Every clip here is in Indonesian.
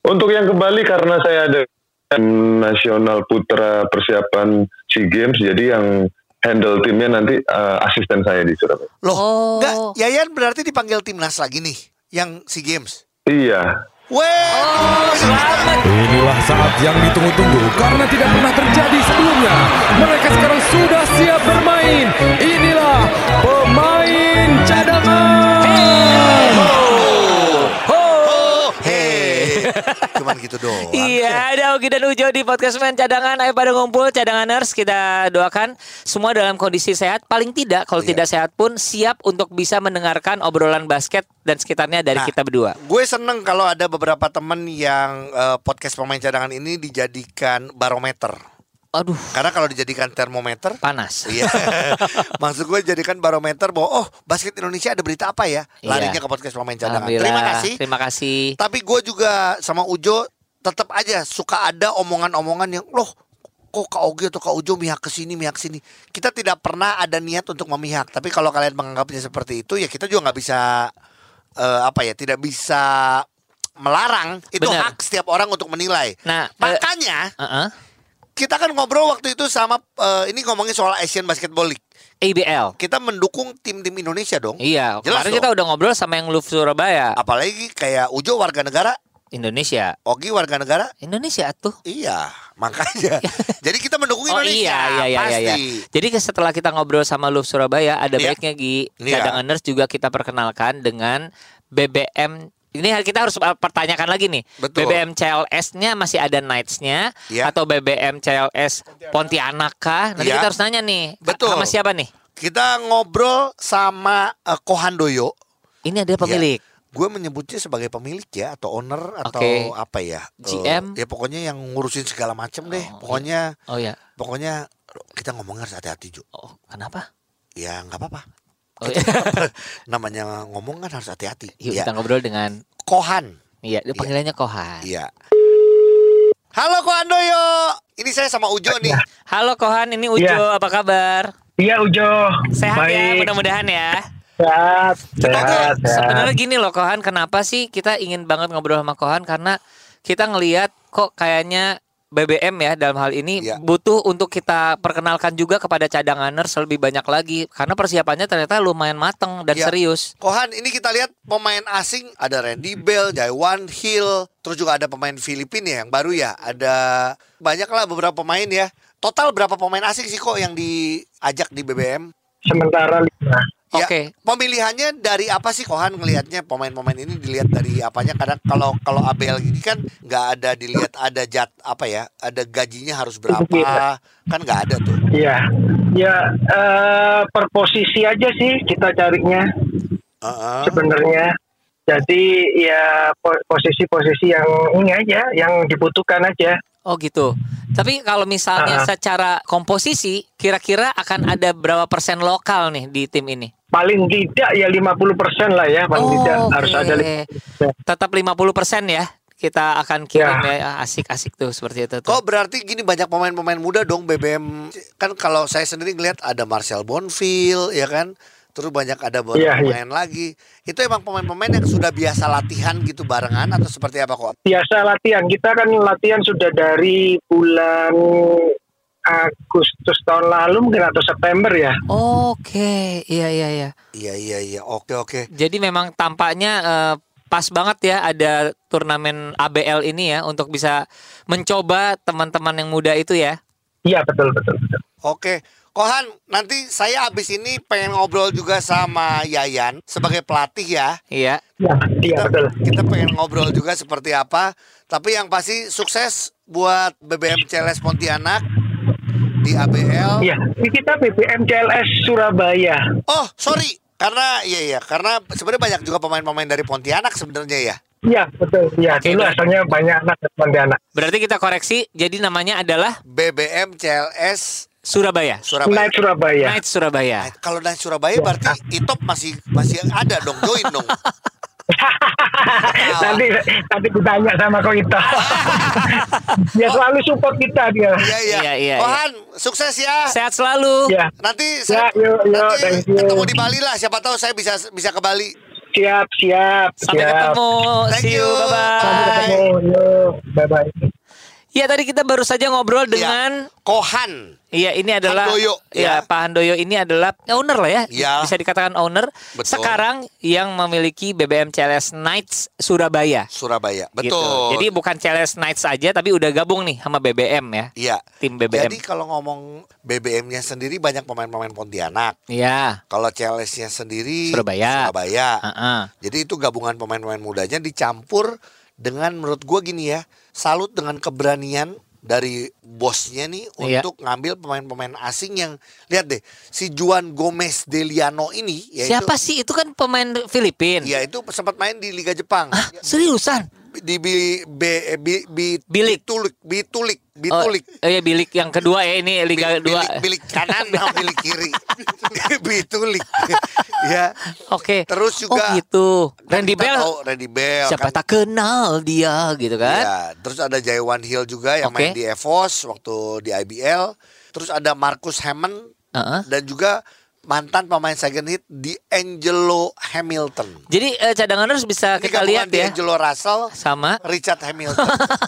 Untuk yang ke Bali karena saya ada nasional putra persiapan SEA Games, jadi yang handle timnya nanti asisten saya di Surabaya. Loh, enggak, Yayan berarti dipanggil timnas lagi nih, yang SEA Games? Iya. Selamat. Inilah saat yang ditunggu-tunggu karena tidak pernah terjadi sebelumnya. Mereka sekarang sudah siap bermain. Inilah pemain cadangan. Cuman gitu doang. Iya, ada Ogi dan Ujo di podcast Main Cadangan. Ayo pada ngumpul cadanganers, kita doakan semua dalam kondisi sehat. Paling tidak kalau tidak sehat pun siap untuk bisa mendengarkan obrolan basket dan sekitarnya dari kita berdua. Gue seneng kalau ada beberapa temen yang podcast Pemain Cadangan ini dijadikan barometer. Aduh. Karena kalau dijadikan termometer panas. Iya. Maksud gue jadikan barometer bahwa basket Indonesia ada berita apa ya? Larinya ke podcast Pemain Cadangan. Terima kasih. Tapi gue juga sama Ujo tetap aja suka ada omongan-omongan yang kok Kak Ogi atau Kak Ujo mihak ke sini, mihak ke sini. Kita tidak pernah ada niat untuk memihak. Tapi kalau kalian menganggapnya seperti itu, ya kita juga nggak bisa tidak bisa melarang. Itu hak setiap orang untuk menilai. Nah, makanya kita kan ngobrol waktu itu sama ini ngomongin soal Asian Basketball League, ABL. Kita mendukung tim-tim Indonesia dong. Iya. Jelas kemarin kita udah ngobrol sama yang Luf Surabaya. Apalagi kayak Ujo warga negara Indonesia, Ogi warga negara Indonesia tuh. Iya, makanya. Jadi kita mendukung Indonesia. Iya. Pasti. Jadi setelah kita ngobrol sama Luf Surabaya, ada baiknya Cadanganers juga kita perkenalkan dengan BBM. Ini kita harus pertanyakan lagi nih. Betul. BBM CLS-nya masih ada Knights-nya atau BBM CLS Pontianak kah? Nanti kita harus nanya nih. Betul. Sama siapa nih? Kita ngobrol sama Kohandoyo. Ini ada pemilik. Gue menyebutnya sebagai pemilik ya, atau owner atau apa ya? GM. Ya pokoknya yang ngurusin segala macam deh. Pokoknya. Pokoknya kita ngomong harus hati-hati, Jo. Oh, kenapa? Ya nggak apa-apa. Namanya ngomong kan harus hati-hati. Yuk kita ngobrol dengan Kohan. Iya, panggilannya Kohan. Iya. Halo Kohandoyo. Ini saya sama Ujo nih. Halo Kohan, ini Ujo. Apa kabar? Iya Ujo. Sehat ya, mudah-mudahan ya. Sehat. Sebenarnya gini loh Kohan, kenapa sih kita ingin banget ngobrol sama Kohan? Karena kita ngelihat kok kayaknya BBM ya dalam hal ini butuh untuk kita perkenalkan juga kepada cadanganers lebih banyak lagi. Karena persiapannya ternyata lumayan mateng dan serius. Kohan, ini kita lihat pemain asing. Ada Randy Bell, Jaiwan Hill. Terus juga ada pemain Filipina ya, yang baru ya. Ada banyak lah beberapa pemain ya. Total berapa pemain asing sih kok yang diajak di BBM? Sementara 5. Ya, pemilihannya dari apa sih Kohan ngelihatnya pemain-pemain ini dilihat dari apanya? Kadang kalau ABL gini kan nggak ada dilihat ada ada gajinya harus berapa, kan nggak ada tuh. Iya, per posisi aja sih kita carinya sebenarnya. Jadi ya posisi-posisi yang ini aja, yang dibutuhkan aja. Oh gitu. Tapi kalau misalnya secara komposisi, kira-kira akan ada berapa persen lokal nih di tim ini? Paling tidak ya 50% lah ya, paling tidak harus ada 50%. Tetap 50% ya. Kita akan kirim ya, asik-asik tuh seperti itu tuh. Kok berarti gini banyak pemain-pemain muda dong BBM. Kan kalau saya sendiri ngeliat ada Marcel Bonfil ya kan. Terus banyak ada pemain lagi. Itu emang pemain-pemain yang sudah biasa latihan gitu barengan atau seperti apa kok? Biasa latihan. Kita kan latihan sudah dari bulan Agustus tahun lalu mungkin atau September ya. Oke, iya. Iya. Oke. Jadi memang tampaknya pas banget ya ada turnamen ABL ini ya untuk bisa mencoba teman-teman yang muda itu ya. Iya, betul. Oke. Kohan, nanti saya abis ini pengen ngobrol juga sama Yayan sebagai pelatih ya. Iya. Betul. Kita pengen ngobrol juga seperti apa. Tapi yang pasti sukses buat BBM CLS Pontianak di ABL. Iya, ini kita BBM CLS Surabaya. Oh, sorry. Karena karena sebenarnya banyak juga pemain-pemain dari Pontianak sebenarnya ya. Iya, betul. Iya, dulu asalnya banyak anak Pontianak. Berarti kita koreksi, jadi namanya adalah BBM CLS Surabaya. Night Surabaya. Kalau Night Surabaya berarti Itop masih ada dong, join dong. nanti ditanya sama Ko Ito. Dia selalu support kita dia. Iya. Kohan, sukses ya. Sehat selalu. Ya. Nanti saya yuk, ketemu di Bali lah. Siapa tahu saya bisa ke Bali. Siap. Sampai ketemu. See you. Bye-bye. Sampai ketemu. Yuk. Bye-bye. Ya, tadi kita baru saja ngobrol dengan Kohan. Iya, ini adalah Handoyo, ya, Pak Handoyo ini adalah owner lah ya. Ya. Bisa dikatakan owner. Betul. Sekarang yang memiliki BBM CLS Knights Surabaya. Betul. Gitu. Jadi bukan CLS Knights aja, tapi udah gabung nih sama BBM ya. Iya. Tim BBM. Jadi kalau ngomong BBM-nya sendiri banyak pemain-pemain Pontianak. Iya. Kalau CLS-nya sendiri Surabaya. Jadi itu gabungan pemain-pemain mudanya dicampur dengan, menurut gua gini ya, salut dengan keberanian dari bosnya nih untuk ngambil pemain-pemain asing yang, lihat deh, si Juan Gomez Deliano ini. Siapa sih? Itu kan pemain Filipina. Ya, itu sempat main di Liga Jepang. Seriusan? Di Bilik. Bitulik. Oh iya, Bilik yang kedua ya, ini Liga 2. Bilik kanan sama bilik kiri. Bitulik. Ya. Oke. Terus juga gitu. Randy Bell. Siapa tak kenal dia gitu kan? Ya, terus ada Jaiwan Hill juga yang main di EVOS waktu di IBL. Terus ada Marcus Hammond dan juga mantan pemain second hit di Angelo Hamilton. Jadi cadangan harus bisa kita lihat ya. Angelo Russell sama Richard Hamilton.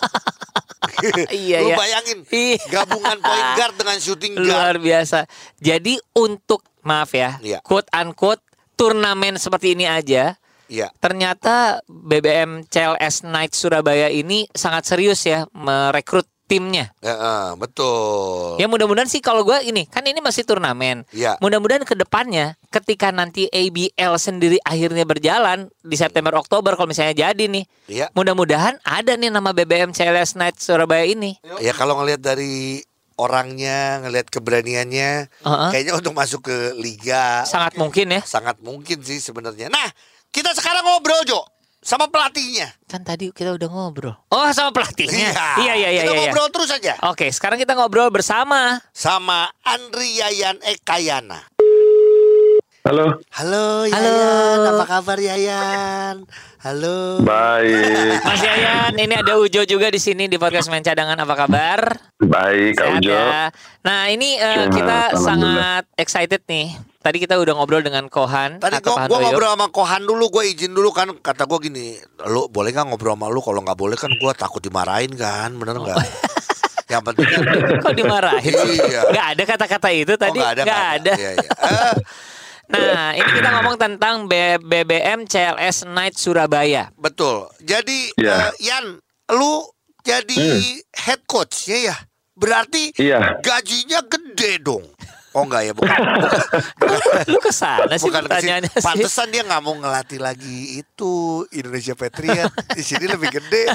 Iya, lu bayangin gabungan point guard dengan shooting guard. Luar biasa. Jadi untuk quote unquote turnamen seperti ini aja. Iya. Ternyata BBM CLS Knights Surabaya ini sangat serius ya merekrut timnya. Betul. Ya mudah-mudahan sih kalau gue ini masih turnamen. Ya. Mudah-mudahan ke depannya ketika nanti ABL sendiri akhirnya berjalan di September Oktober kalau misalnya jadi nih. Ya. Mudah-mudahan ada nih nama BBM CLS Knights Surabaya ini. Ya kalau ngelihat dari orangnya, ngelihat keberaniannya, kayaknya untuk masuk ke liga sangat mungkin ya. Sangat mungkin sih sebenarnya. Nah, kita sekarang ngobrol Jo sama pelatihnya. Kan tadi kita udah ngobrol. Oh, sama pelatihnya. Iya. Kita ngobrol terus aja. Oke, sekarang kita ngobrol bersama Andri Yayan Ekayana. Halo. Yayan, apa kabar Yayan? Halo. Baik. Mas Yayan, ini ada Ujo juga di sini di podcast Main Cadangan. Apa kabar? Baik, Kak Ujo. Ya. Nah, ini kita sangat excited nih. Tadi kita udah ngobrol dengan Kohan. Tadi gue ngobrol sama Kohan dulu, gue izin dulu kan. Kata gue gini, lu boleh gak ngobrol sama lu? Kalau gak boleh kan gue takut dimarahin kan, bener gak? Yang penting kan. Kok dimarahin? Iya. Gak ada kata-kata itu tadi? Gak ada. Iya. Nah, ini kita ngomong tentang BBM CLS Knights Surabaya. Betul. Jadi Yan, lu jadi head coach ya? Berarti gajinya gede dong. Oh enggak ya, bukan. Lu kesana sih pertanyaannya sih. Pantesan dia nggak mau ngelatih lagi itu Indonesia Patriot. Di sini lebih gede.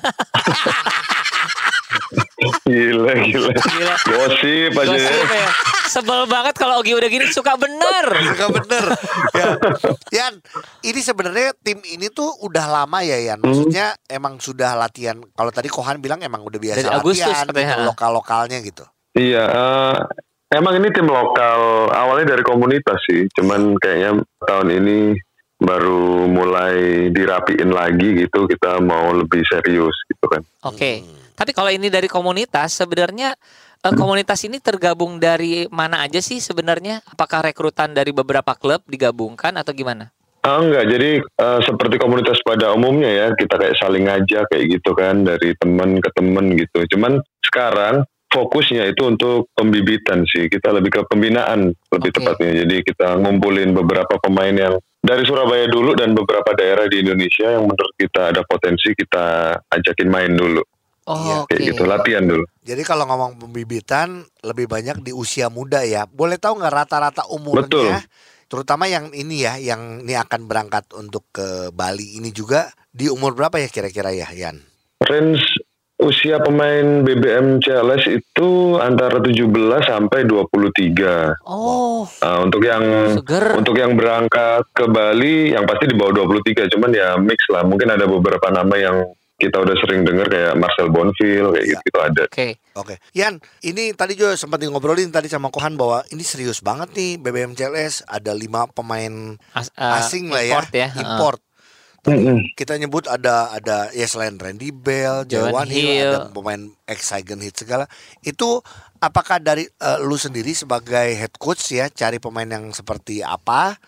Gila. Gosip aja. Ya. Sebel banget kalau Ogi udah gini suka bener. Ya. Yan, ini sebenarnya tim ini tuh udah lama ya Yan. Maksudnya emang sudah latihan. Kalau tadi Kohan bilang emang udah biasa dari Agustus, latihan gitu, lokal-lokalnya gitu. Iya, emang ini tim lokal, awalnya dari komunitas sih. Cuman kayaknya tahun ini baru mulai dirapiin lagi gitu. Kita mau lebih serius gitu kan. Oke. Tapi kalau ini dari komunitas, sebenarnya komunitas ini tergabung dari mana aja sih sebenarnya? Apakah rekrutan dari beberapa klub digabungkan atau gimana? Enggak, jadi seperti komunitas pada umumnya ya, kita kayak saling ngajak kayak gitu kan, dari teman ke teman gitu. Cuman sekarang fokusnya itu untuk pembibitan sih, kita lebih ke pembinaan lebih tepatnya. Jadi kita ngumpulin beberapa pemain yang dari Surabaya dulu dan beberapa daerah di Indonesia yang menurut kita ada potensi, kita ajakin main dulu. Kayak gitu, latihan dulu. Jadi kalau ngomong pembibitan lebih banyak di usia muda ya. Boleh tahu nggak rata-rata umurnya? Betul. Terutama yang ini ya, yang ini akan berangkat untuk ke Bali ini juga di umur berapa ya kira-kira ya, Yan? Range usia pemain BBM CLS itu antara 17 sampai 23. Untuk yang berangkat ke Bali yang pasti di bawah 23, cuman ya mix lah. Mungkin ada beberapa nama yang kita udah sering dengar kayak Marcel Bonfil kayak gitu ada. Oke. Yan, ini tadi juga sempat ngobrolin tadi sama Kohan bahwa ini serius banget nih BBM CLS, ada 5 pemain asing lah ya, import. Kita nyebut ada ya selain Randy Bell, Jaiwan Hill, ada pemain ex-Saigon Hit segala. Itu apakah dari lu sendiri sebagai head coach ya cari pemain yang seperti apa?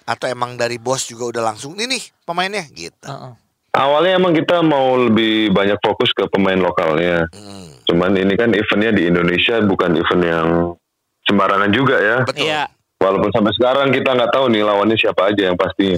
Atau emang dari bos juga udah langsung nih pemainnya gitu? Awalnya emang kita mau lebih banyak fokus ke pemain lokalnya. Cuman ini kan eventnya di Indonesia, bukan event yang sembarangan juga ya. Betul. Iya. Walaupun sampai sekarang kita nggak tahu nih lawannya siapa aja yang pastinya.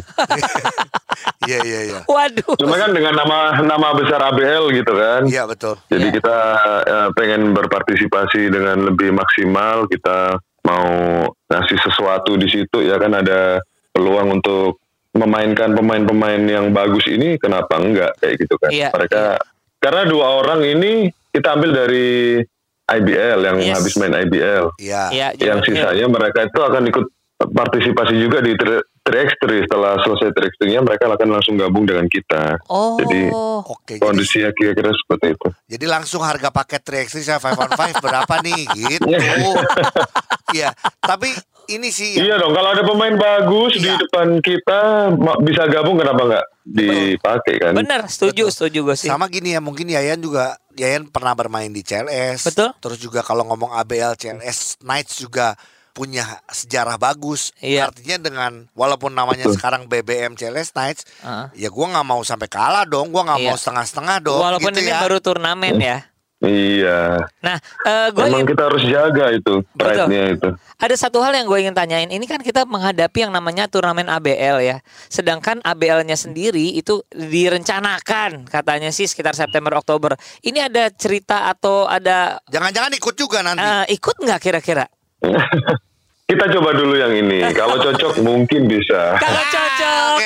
Iya. Waduh. Cuma kan dengan nama besar ABL gitu kan. Iya betul. Jadi kita pengen berpartisipasi dengan lebih maksimal. Kita mau ngasih sesuatu di situ ya kan, ada peluang untuk memainkan pemain-pemain yang bagus ini, kenapa enggak kayak gitu kan. Mereka karena 2 orang ini kita ambil dari IBL yang habis main IBL. Yang sisanya mereka itu akan ikut partisipasi juga di 3x3. Setelah selesai 3x3-nya mereka akan langsung gabung dengan kita. Jadi kondisinya kira-kira seperti itu. Jadi langsung harga paket 3x3 saya 5 on 5 berapa nih gitu. Iya, tapi ini sih iya dong, kalau ada pemain bagus di depan kita bisa gabung, kenapa nggak dipakai kan? Bener, setuju gue sih. Sama gini ya, mungkin Yayan pernah bermain di CLS. Betul. Terus juga kalau ngomong ABL, CLS Knights juga punya sejarah bagus. Artinya dengan walaupun namanya sekarang BBM CLS Knights, ya gue nggak mau sampai kalah dong, gue nggak mau setengah-setengah dong. Walaupun gitu ini baru turnamen ya. Iya. Nah, kita harus jaga itu pride-nya itu. Ada satu hal yang gue ingin tanyain. Ini kan kita menghadapi yang namanya turnamen ABL ya. Sedangkan ABL-nya sendiri itu direncanakan katanya sih sekitar September Oktober. Ini ada cerita atau ada? Jangan-jangan ikut juga nanti? Ikut nggak kira-kira? Kita coba dulu yang ini. Kalau cocok mungkin bisa. Kalau cocok.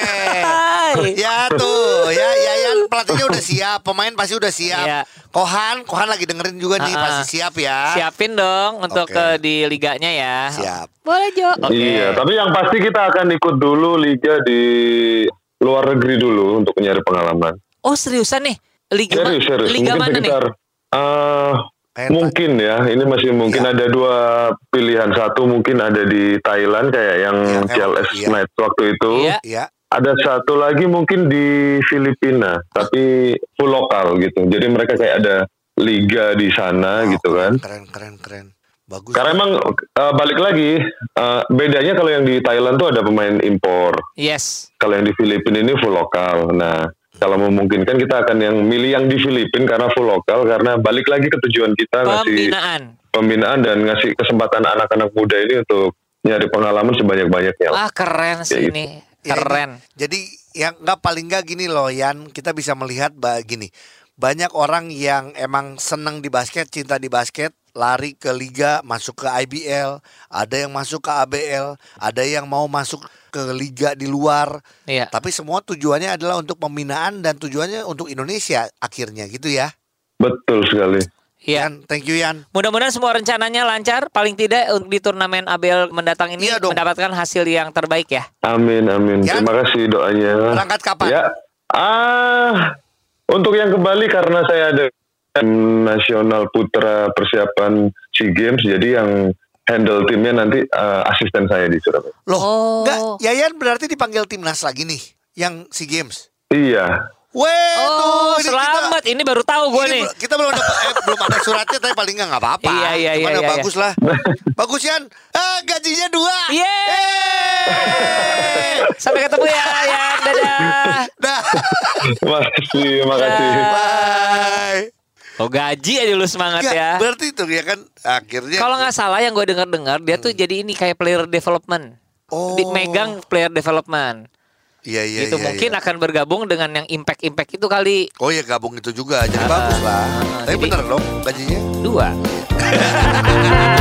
Ya tuh, ya Yayan pelatihnya udah siap, pemain pasti udah siap. Iya. Kohan lagi dengerin juga nih, pasti siap ya. Siapin dong untuk di liganya ya. Siap. Boleh Jo. Iya, tapi yang pasti kita akan ikut dulu liga di luar negeri dulu untuk nyari pengalaman. Oh seriusan nih? Liga mungkin mana sekitar, nih? Mungkin ya, ini masih mungkin ada 2 pilihan. Satu mungkin ada di Thailand kayak yang CLS Knights waktu itu. Iya. Ada satu lagi mungkin di Filipina, tapi full lokal gitu. Jadi mereka kayak ada liga di sana gitu kan. Keren. Bagus. Karena emang balik lagi, bedanya kalau yang di Thailand tuh ada pemain impor. Yes. Kalau yang di Filipina ini full lokal. Nah, kalau memungkinkan kita akan yang milih yang di Filipina karena full lokal, karena balik lagi ke tujuan kita ngasih pembinaan dan ngasih kesempatan anak-anak muda ini untuk nyari pengalaman sebanyak-banyaknya. Keren sih ini. Keren. Jadi yang paling nggak gini loh Yan, kita bisa melihat gini. Banyak orang yang emang senang di basket, cinta di basket, lari ke liga, masuk ke IBL, ada yang masuk ke ABL, ada yang mau masuk ke liga di luar. Tapi semua tujuannya adalah untuk pembinaan dan tujuannya untuk Indonesia akhirnya gitu ya. Betul sekali. Yan, thank you Yan. Mudah-mudahan semua rencananya lancar, paling tidak di turnamen ABL mendatang ini mendapatkan hasil yang terbaik ya. Amin. Yan, terima kasih doanya. Berangkat kapan? Ya. Untuk yang kembali karena saya ada nasional putra persiapan SEA Games, jadi yang handle timnya nanti asisten saya di Surabaya. Loh, enggak, Yayan berarti dipanggil timnas lagi nih, yang SEA Games? Iya. Selamat. Ini baru tahu gue nih. Kita belum ada suratnya, tapi paling nggak apa-apa. Iya. Bagus lah. Bagus Yan. Gajinya 2. Sampai ketemu ya Yan. Dadah. Makasih. Bye. Gaji aja lu semangat ya. Berarti itu ya kan akhirnya. Kalau nggak salah yang gue dengar dia tuh jadi ini kayak player development. Megang player development. Iya. Itu mungkin akan bergabung dengan yang impact itu kali. Oh ya, gabung itu juga jadi bagus lah. Tapi bener dong gajinya 2.